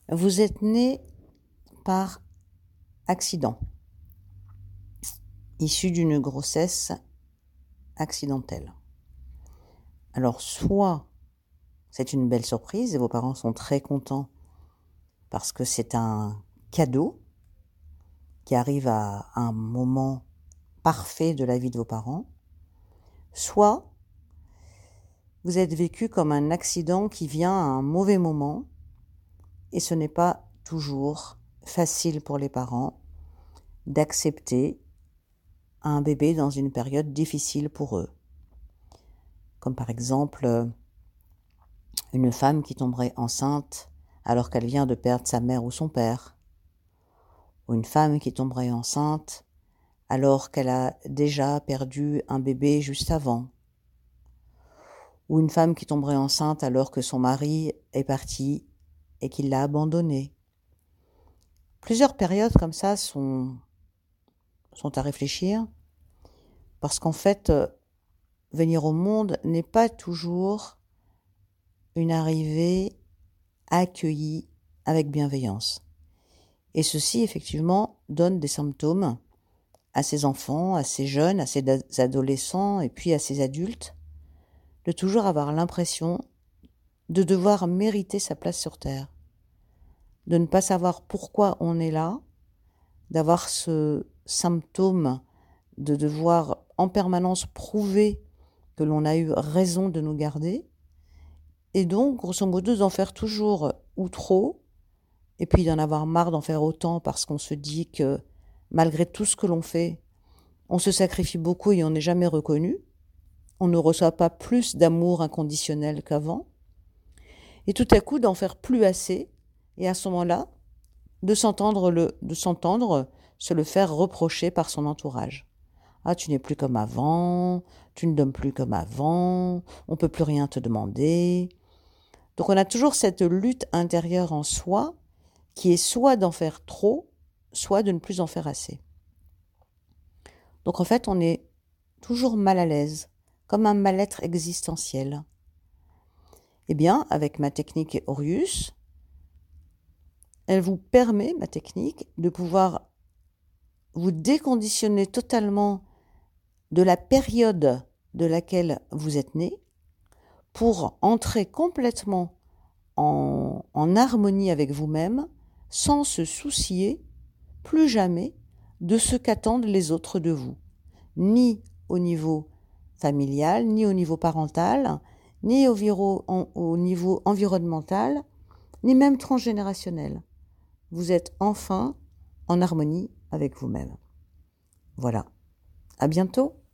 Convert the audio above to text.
Vous êtes né par accident, issu d'une grossesse accidentelle. Alors soit c'est une belle surprise et vos parents sont très contents parce que c'est un cadeau qui arrive à un moment parfait de la vie de vos parents, soit vous êtes vécu comme un accident qui vient à un mauvais moment et ce n'est pas toujours facile pour les parents d'accepter un bébé dans une période difficile pour eux. Comme par exemple une femme qui tomberait enceinte alors qu'elle vient de perdre sa mère ou son père, ou une femme qui tomberait enceinte alors qu'elle a déjà perdu un bébé juste avant, ou une femme qui tomberait enceinte alors que son mari est parti et qu'il l'a abandonnée. Plusieurs périodes comme ça sont à réfléchir, parce qu'en fait, venir au monde n'est pas toujours une arrivée accueillie avec bienveillance. Et ceci, effectivement, donne des symptômes à ces enfants, à ces jeunes, à ces adolescents et puis à ces adultes, de toujours avoir l'impression de devoir mériter sa place sur Terre, de ne pas savoir pourquoi on est là, d'avoir ce symptôme de devoir en permanence prouver que l'on a eu raison de nous garder, et donc, grosso modo, d'en faire toujours ou trop, et puis d'en avoir marre d'en faire autant parce qu'on se dit que malgré tout ce que l'on fait, on se sacrifie beaucoup et on n'est jamais reconnu. On ne reçoit pas plus d'amour inconditionnel qu'avant. Et tout à coup, d'en faire plus assez. Et à ce moment-là, de s'entendre se le faire reprocher par son entourage. Ah, tu n'es plus comme avant, tu ne donnes plus comme avant, on peut plus rien te demander. Donc on a toujours cette lutte intérieure en soi qui est soit d'en faire trop, soit de ne plus en faire assez. Donc en fait, on est toujours mal à l'aise, comme un mal-être existentiel. Eh bien, avec ma technique Orius, elle vous permet, ma technique, de pouvoir vous déconditionner totalement de la période de laquelle vous êtes né pour entrer complètement en harmonie avec vous-même sans se soucier plus jamais de ce qu'attendent les autres de vous, ni au niveau familial, ni au niveau parental, ni au niveau environnemental, ni même transgénérationnel. Vous êtes enfin en harmonie avec vous-même. Voilà. À bientôt.